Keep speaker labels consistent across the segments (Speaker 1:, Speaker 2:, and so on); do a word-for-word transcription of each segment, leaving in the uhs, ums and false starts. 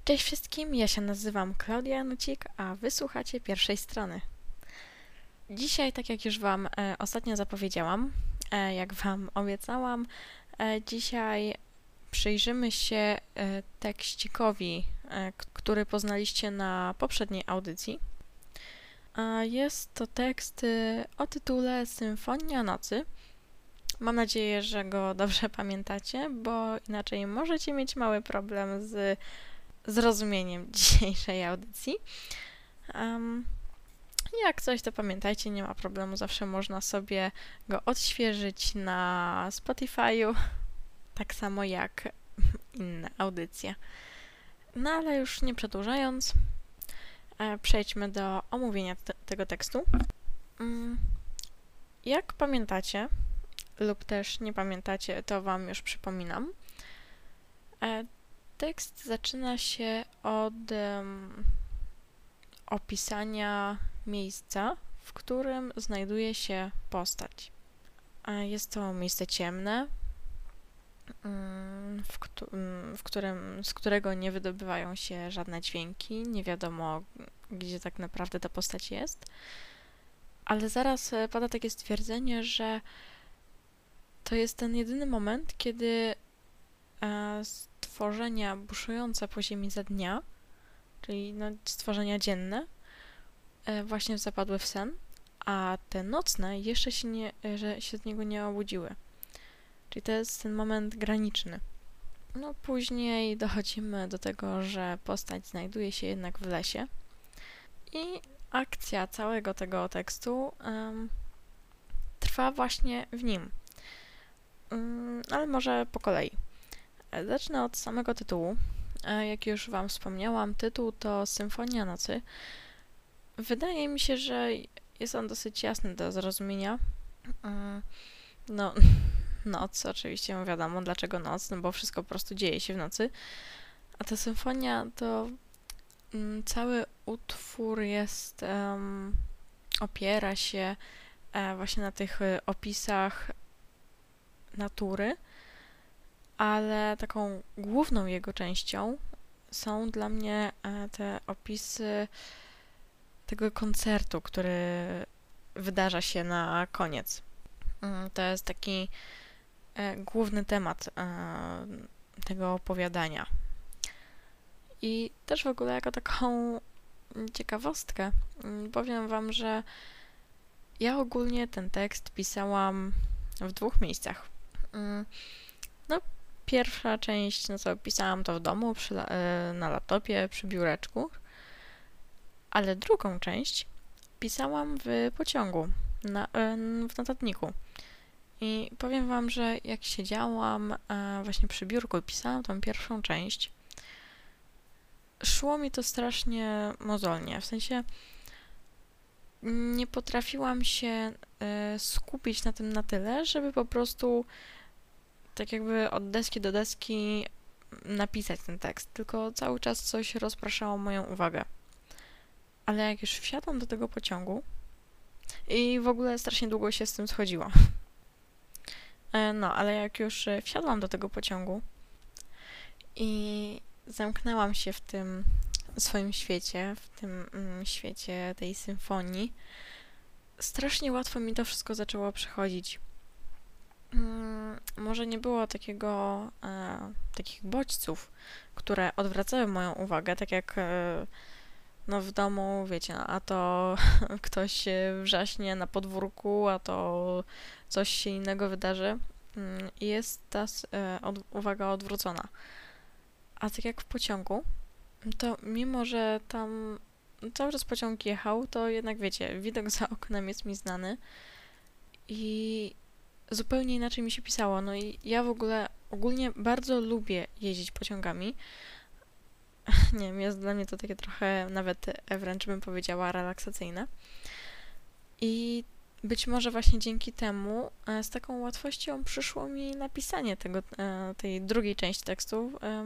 Speaker 1: Cześć wszystkim, ja się nazywam Klaudia Janucik, a wysłuchacie pierwszej strony. Dzisiaj, tak jak już Wam e, ostatnio zapowiedziałam, e, jak Wam obiecałam, e, dzisiaj przyjrzymy się e, tekścikowi, e, który poznaliście na poprzedniej audycji. E, jest to tekst e, o tytule Symfonia Nocy. Mam nadzieję, że go dobrze pamiętacie, bo inaczej możecie mieć mały problem z zrozumieniem dzisiejszej audycji. Um, jak coś, to pamiętajcie, nie ma problemu, zawsze można sobie go odświeżyć na Spotify'u, tak samo jak inne audycje. No ale już nie przedłużając, e, przejdźmy do omówienia te, tego tekstu. Um, jak pamiętacie, lub też nie pamiętacie, to Wam już przypominam. E, tekst zaczyna się od um, opisania miejsca, w którym znajduje się postać. Jest to miejsce ciemne, w, w którym, z którego nie wydobywają się żadne dźwięki, nie wiadomo, gdzie tak naprawdę ta postać jest, ale zaraz pada takie stwierdzenie, że to jest ten jedyny moment, kiedy stworzenia buszujące po ziemi za dnia, czyli no, stworzenia dzienne, właśnie zapadły w sen, a te nocne jeszcze się, nie, że się z niego nie obudziły. Czyli to jest ten moment graniczny. No później dochodzimy do tego, że postać znajduje się jednak w lesie i akcja całego tego tekstu um, trwa właśnie w nim. Um, ale może po kolei. Zacznę od samego tytułu. Jak już Wam wspomniałam, tytuł to Symfonia Nocy. Wydaje mi się, że jest on dosyć jasny do zrozumienia. No, noc, oczywiście wiadomo, dlaczego noc, no bo wszystko po prostu dzieje się w nocy. A ta symfonia to um, cały utwór jest, um, opiera się e, właśnie na tych e, opisach natury, ale taką główną jego częścią są dla mnie e, te opisy tego koncertu, który wydarza się na koniec. To jest taki e, główny temat e, tego opowiadania. I też w ogóle jako taką ciekawostkę powiem Wam, że ja ogólnie ten tekst pisałam w dwóch miejscach. No, pierwsza część, no co pisałam to w domu, przy, e, na laptopie, przy biureczku, ale drugą część pisałam w pociągu, na, w notatniku. I powiem Wam, że jak siedziałam właśnie przy biurku i pisałam tą pierwszą część, szło mi to strasznie mozolnie. W sensie nie potrafiłam się skupić na tym na tyle, żeby po prostu tak jakby od deski do deski napisać ten tekst, tylko cały czas coś rozpraszało moją uwagę. Ale jak już wsiadłam do tego pociągu i w ogóle strasznie długo się z tym schodziłam. No, ale jak już wsiadłam do tego pociągu i zamknęłam się w tym swoim świecie, w tym mm, świecie tej symfonii, strasznie łatwo mi to wszystko zaczęło przychodzić. Hmm, może nie było takiego, e, takich bodźców, które odwracały moją uwagę, tak jak e, no w domu, wiecie, no, a to ktoś wrzaśnie na podwórku, a to coś się innego wydarzy i jest ta e, od, uwaga odwrócona. A tak jak w pociągu, to mimo, że tam cały czas pociąg jechał, to jednak wiecie, widok za oknem jest mi znany i zupełnie inaczej mi się pisało. No i ja w ogóle ogólnie bardzo lubię jeździć pociągami. Nie wiem, jest dla mnie to takie trochę nawet wręcz bym powiedziała relaksacyjne. I być może właśnie dzięki temu e, z taką łatwością przyszło mi napisanie tego, e, tej drugiej części tekstu. E,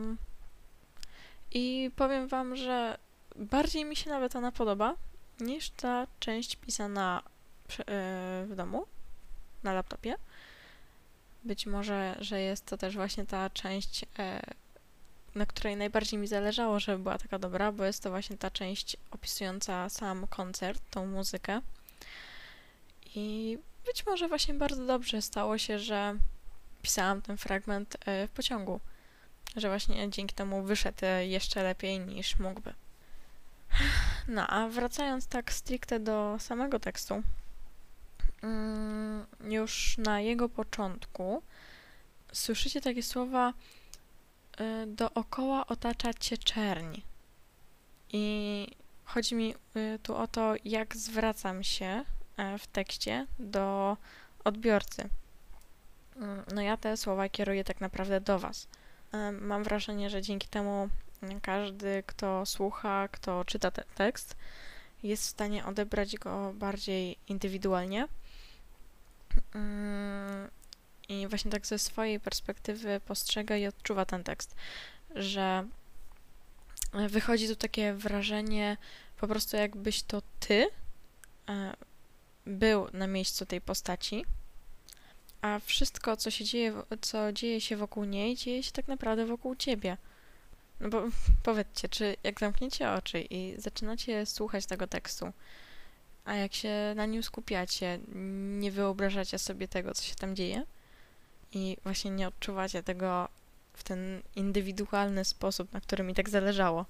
Speaker 1: I powiem Wam, że bardziej mi się nawet ona podoba niż ta część pisana e, w domu, na laptopie. Być może, że jest to też właśnie ta część e, na której najbardziej mi zależało, żeby była taka dobra, bo jest to właśnie ta część opisująca sam koncert, tą muzykę. I być może właśnie bardzo dobrze stało się, że pisałam ten fragment w pociągu, że właśnie dzięki temu wyszedł jeszcze lepiej niż mógłby. No, a wracając tak stricte do samego tekstu, już na jego początku słyszycie takie słowa: dookoła otacza cię czerń. I chodzi mi tu o to, jak zwracam się w tekście do odbiorcy. No ja te słowa kieruję tak naprawdę do was. Mam wrażenie, że dzięki temu każdy, kto słucha, kto czyta ten tekst, jest w stanie odebrać go bardziej indywidualnie. I właśnie tak ze swojej perspektywy postrzega i odczuwa ten tekst, że wychodzi tu takie wrażenie, po prostu jakbyś to ty był na miejscu tej postaci, a wszystko, co się dzieje, co dzieje się wokół niej, dzieje się tak naprawdę wokół ciebie. No bo powiedzcie, czy jak zamkniecie oczy i zaczynacie słuchać tego tekstu, a jak się na nim skupiacie, nie wyobrażacie sobie tego, co się tam dzieje i właśnie nie odczuwacie tego w ten indywidualny sposób, na który mi tak zależało.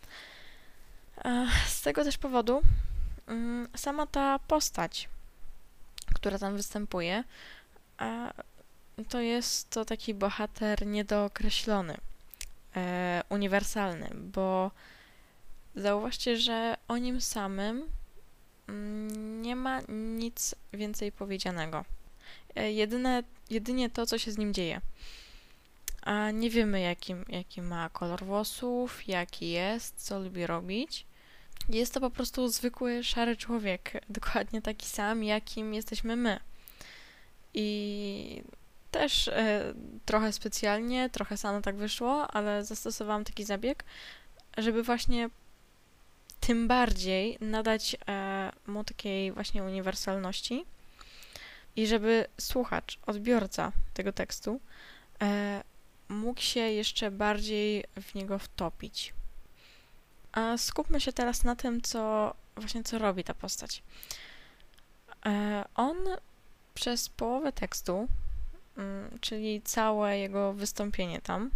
Speaker 1: Z tego też powodu sama ta postać, która tam występuje, to jest to taki bohater niedookreślony, e, uniwersalny, bo zauważcie, że o nim samym mm, nie ma nic więcej powiedzianego. E, jedyne, jedynie to, co się z nim dzieje. A nie wiemy, jaki, jaki ma kolor włosów, jaki jest, co lubi robić. Jest to po prostu zwykły, szary człowiek, dokładnie taki sam, jakim jesteśmy my. I też e, trochę specjalnie, trochę samo tak wyszło, ale zastosowałam taki zabieg, żeby właśnie tym bardziej nadać e, mu takiej właśnie uniwersalności i żeby słuchacz, odbiorca tego tekstu e, mógł się jeszcze bardziej w niego wtopić. A skupmy się teraz na tym, co właśnie co robi ta postać. E, on przez połowę tekstu, mm, czyli całe jego wystąpienie tam,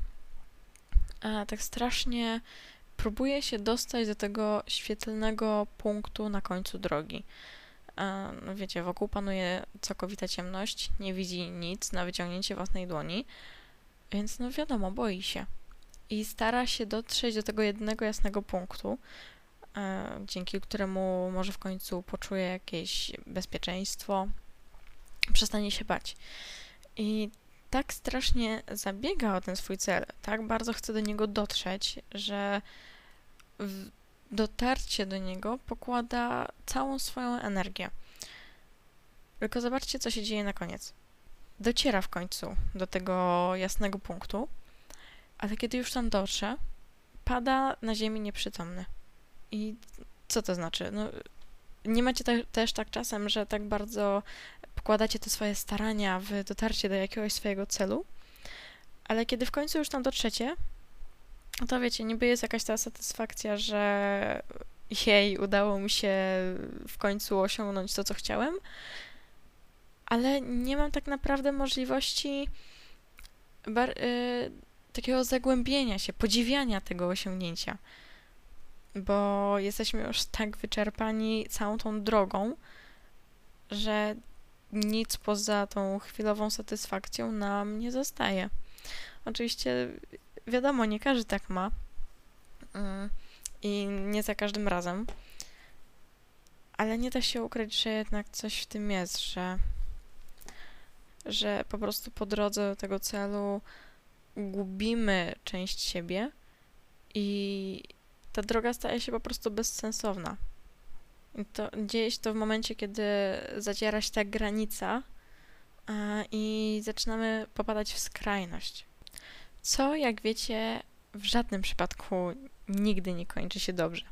Speaker 1: e, tak strasznie próbuje się dostać do tego świetlnego punktu na końcu drogi. E, no wiecie, wokół panuje całkowita ciemność, nie widzi nic na wyciągnięcie własnej dłoni, więc no wiadomo, boi się. I stara się dotrzeć do tego jednego jasnego punktu, e, dzięki któremu może w końcu poczuje jakieś bezpieczeństwo, przestanie się bać. I tak strasznie zabiega o ten swój cel, tak bardzo chce do niego dotrzeć, że w dotarcie do niego pokłada całą swoją energię. Tylko zobaczcie, co się dzieje na koniec. Dociera w końcu do tego jasnego punktu, ale kiedy już tam dotrze, pada na ziemi nieprzytomny. I co to znaczy? No, nie macie te, też tak czasem, że tak bardzo pokładacie te swoje starania w dotarcie do jakiegoś swojego celu, ale kiedy w końcu już tam dotrzecie, to wiecie, niby jest jakaś ta satysfakcja, że jej, udało mi się w końcu osiągnąć to, co chciałem, ale nie mam tak naprawdę możliwości bar- y- takiego zagłębienia się, podziwiania tego osiągnięcia, bo jesteśmy już tak wyczerpani całą tą drogą, że nic poza tą chwilową satysfakcją nam nie zostaje. Oczywiście wiadomo, nie każdy tak ma yy, i nie za każdym razem, ale nie da się ukryć, że jednak coś w tym jest, że, że po prostu po drodze do tego celu gubimy część siebie i ta droga staje się po prostu bezsensowna. I to dzieje się to w momencie, kiedy zaciera się ta granica a, i zaczynamy popadać w skrajność. Co, jak wiecie, w żadnym przypadku nigdy nie kończy się dobrze.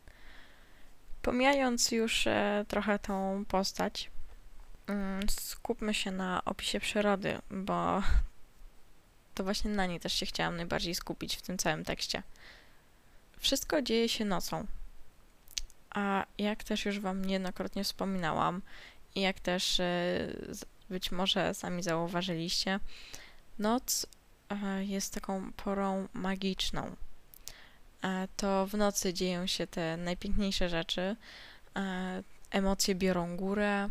Speaker 1: Pomijając już e, trochę tą postać, mm, skupmy się na opisie przyrody, bo to właśnie na niej też się chciałam najbardziej skupić w tym całym tekście. Wszystko dzieje się nocą, a jak też już wam niejednokrotnie wspominałam i jak też być może sami zauważyliście, noc jest taką porą magiczną. To w nocy dzieją się te najpiękniejsze rzeczy, emocje biorą górę,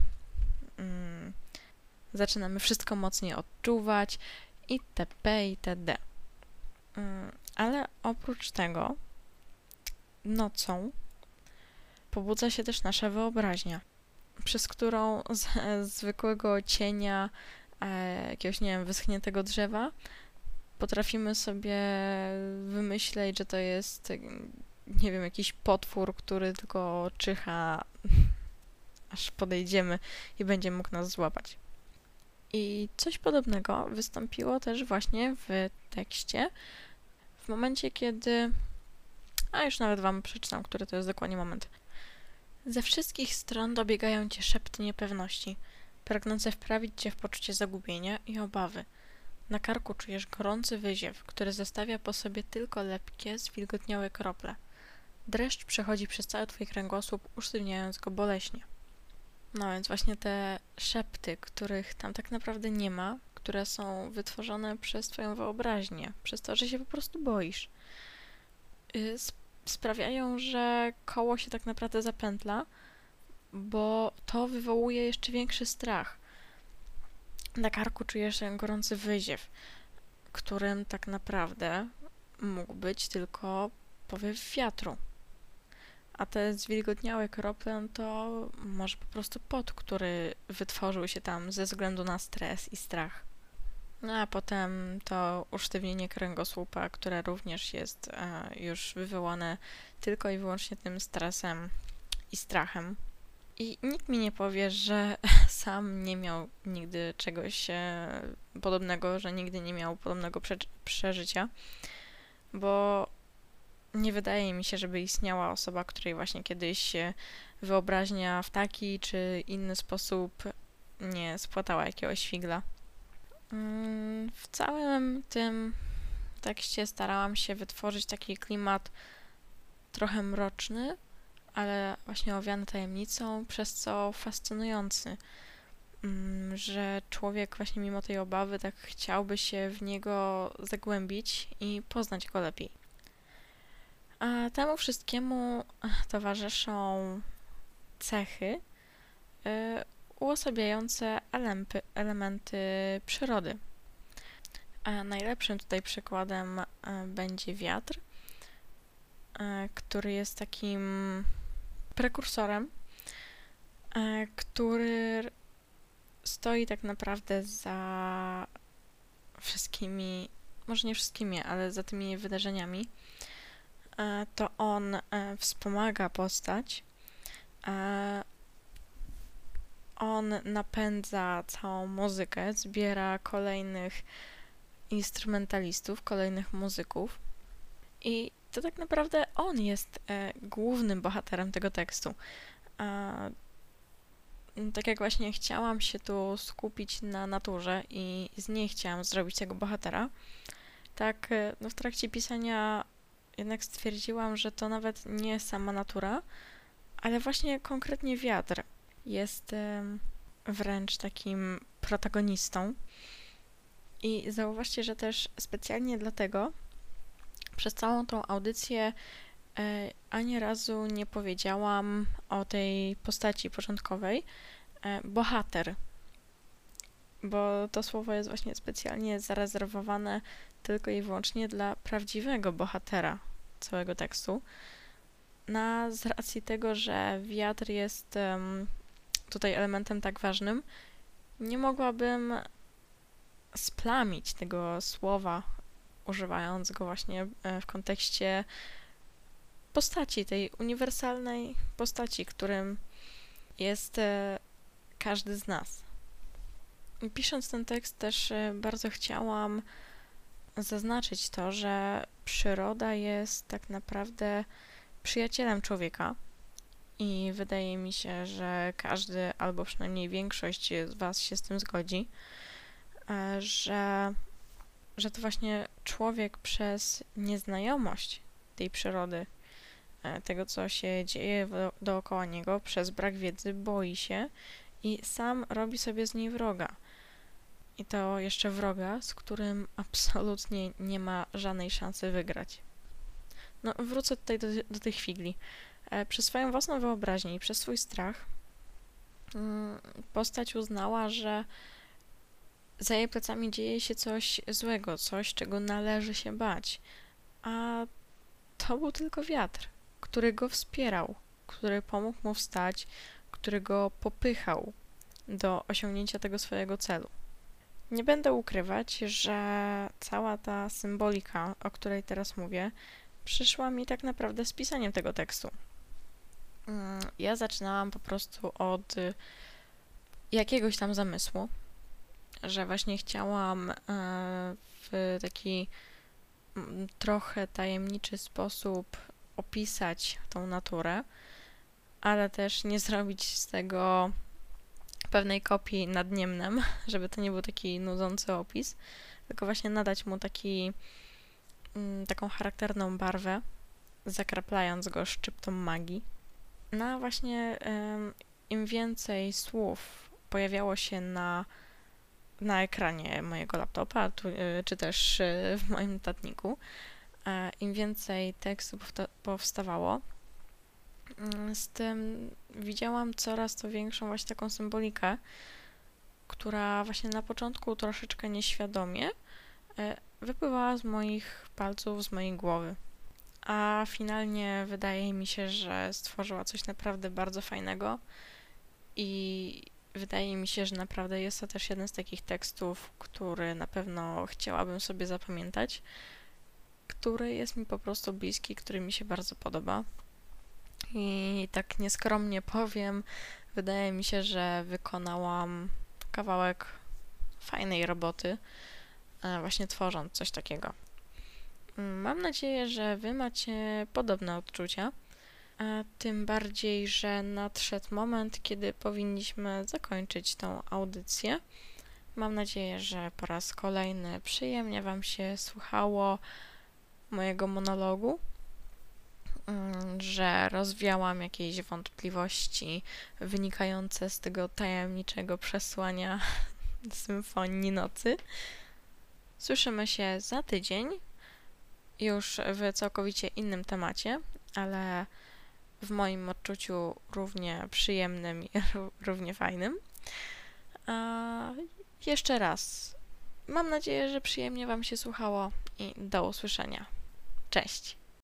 Speaker 1: zaczynamy wszystko mocniej odczuwać itp. itd. Ale oprócz tego nocą pobudza się też nasza wyobraźnia, przez którą z zwykłego cienia e, jakiegoś, nie wiem, wyschniętego drzewa potrafimy sobie wymyśleć, że to jest, nie wiem, jakiś potwór, który tylko czyha, aż podejdziemy i będzie mógł nas złapać. I coś podobnego wystąpiło też właśnie w tekście, w momencie, kiedy... A już nawet wam przeczytam, który to jest dokładnie moment. Ze wszystkich stron dobiegają cię szepty niepewności, pragnące wprawić cię w poczucie zagubienia i obawy. Na karku czujesz gorący wyziew, który zostawia po sobie tylko lepkie, zwilgotniałe krople. Dreszcz przechodzi przez cały twój kręgosłup, usztywniając go boleśnie. No więc właśnie te szepty, których tam tak naprawdę nie ma, które są wytworzone przez twoją wyobraźnię, przez to, że się po prostu boisz, sprawiają, że koło się tak naprawdę zapętla, bo to wywołuje jeszcze większy strach. Na karku czujesz gorący wyziew, którym tak naprawdę mógł być tylko powiew wiatru. A te zwilgotniałe krople to może po prostu pot, który wytworzył się tam ze względu na stres i strach. No a potem to usztywnienie kręgosłupa, które również jest e, już wywołane tylko i wyłącznie tym stresem i strachem. I nikt mi nie powie, że sam nie miał nigdy czegoś e, podobnego, że nigdy nie miał podobnego prze przeżycia, bo nie wydaje mi się, żeby istniała osoba, której właśnie kiedyś wyobraźnia w taki czy inny sposób nie spłatała jakiegoś figla. W całym tym tekście starałam się wytworzyć taki klimat trochę mroczny, ale właśnie owiany tajemnicą, przez co fascynujący, że człowiek właśnie mimo tej obawy tak chciałby się w niego zagłębić i poznać go lepiej. A temu wszystkiemu towarzyszą cechy y, uosabiające elementy, elementy przyrody. A najlepszym tutaj przykładem y, będzie wiatr, y, który jest takim prekursorem, y, który stoi tak naprawdę za wszystkimi, może nie wszystkimi, ale za tymi wydarzeniami. To on wspomaga postać, on napędza całą muzykę, zbiera kolejnych instrumentalistów, kolejnych muzyków i to tak naprawdę on jest głównym bohaterem tego tekstu. Tak jak właśnie chciałam się tu skupić na naturze i z niej chciałam zrobić tego bohatera, tak no w trakcie pisania jednak stwierdziłam, że to nawet nie sama natura, ale właśnie konkretnie wiatr jest wręcz takim protagonistą. I zauważcie, że też specjalnie dlatego przez całą tą audycję ani razu nie powiedziałam o tej postaci początkowej bohater, bo to słowo jest właśnie specjalnie zarezerwowane tylko i wyłącznie dla prawdziwego bohatera całego tekstu. Na, z racji tego, że wiatr jest um, tutaj elementem tak ważnym, nie mogłabym splamić tego słowa, używając go właśnie w kontekście postaci, tej uniwersalnej postaci, którym jest e, każdy z nas. Pisząc ten tekst też e, bardzo chciałam zaznaczyć to, że przyroda jest tak naprawdę przyjacielem człowieka i wydaje mi się, że każdy, albo przynajmniej większość z was się z tym zgodzi, że że to właśnie człowiek przez nieznajomość tej przyrody, tego, co się dzieje dookoła niego, przez brak wiedzy boi się i sam robi sobie z niej wroga. I to jeszcze wroga, z którym absolutnie nie ma żadnej szansy wygrać. No, wrócę tutaj do, do tych figli. E, przez swoją własną wyobraźnię i przez swój strach mm, postać uznała, że za jej plecami dzieje się coś złego, coś, czego należy się bać. A to był tylko wiatr, który go wspierał, który pomógł mu wstać, który go popychał do osiągnięcia tego swojego celu. Nie będę ukrywać, że cała ta symbolika, o której teraz mówię, przyszła mi tak naprawdę z pisaniem tego tekstu. Ja zaczynałam po prostu od jakiegoś tam zamysłu, że właśnie chciałam w taki trochę tajemniczy sposób opisać tą naturę, ale też nie zrobić z tego pewnej kopii nad Niemnem, żeby to nie był taki nudzący opis, tylko właśnie nadać mu taki, taką charakterną barwę, zakraplając go szczyptą magii. No a właśnie im więcej słów pojawiało się na, na ekranie mojego laptopa, tu, czy też w moim notatniku, im więcej tekstu powstawało, z tym widziałam coraz to większą właśnie taką symbolikę, która właśnie na początku troszeczkę nieświadomie wypływała z moich palców, z mojej głowy. A finalnie wydaje mi się, że stworzyła coś naprawdę bardzo fajnego i wydaje mi się, że naprawdę jest to też jeden z takich tekstów, który na pewno chciałabym sobie zapamiętać, który jest mi po prostu bliski, który mi się bardzo podoba. I tak nieskromnie powiem, wydaje mi się, że wykonałam kawałek fajnej roboty, właśnie tworząc coś takiego. Mam nadzieję, że Wy macie podobne odczucia, a tym bardziej, że nadszedł moment, kiedy powinniśmy zakończyć tą audycję. Mam nadzieję, że po raz kolejny przyjemnie Wam się słuchało mojego monologu, że rozwiałam jakieś wątpliwości wynikające z tego tajemniczego przesłania Symfonii Nocy. Słyszymy się za tydzień, już w całkowicie innym temacie, ale w moim odczuciu równie przyjemnym i równie fajnym. A jeszcze raz, mam nadzieję, że przyjemnie Wam się słuchało i do usłyszenia. Cześć!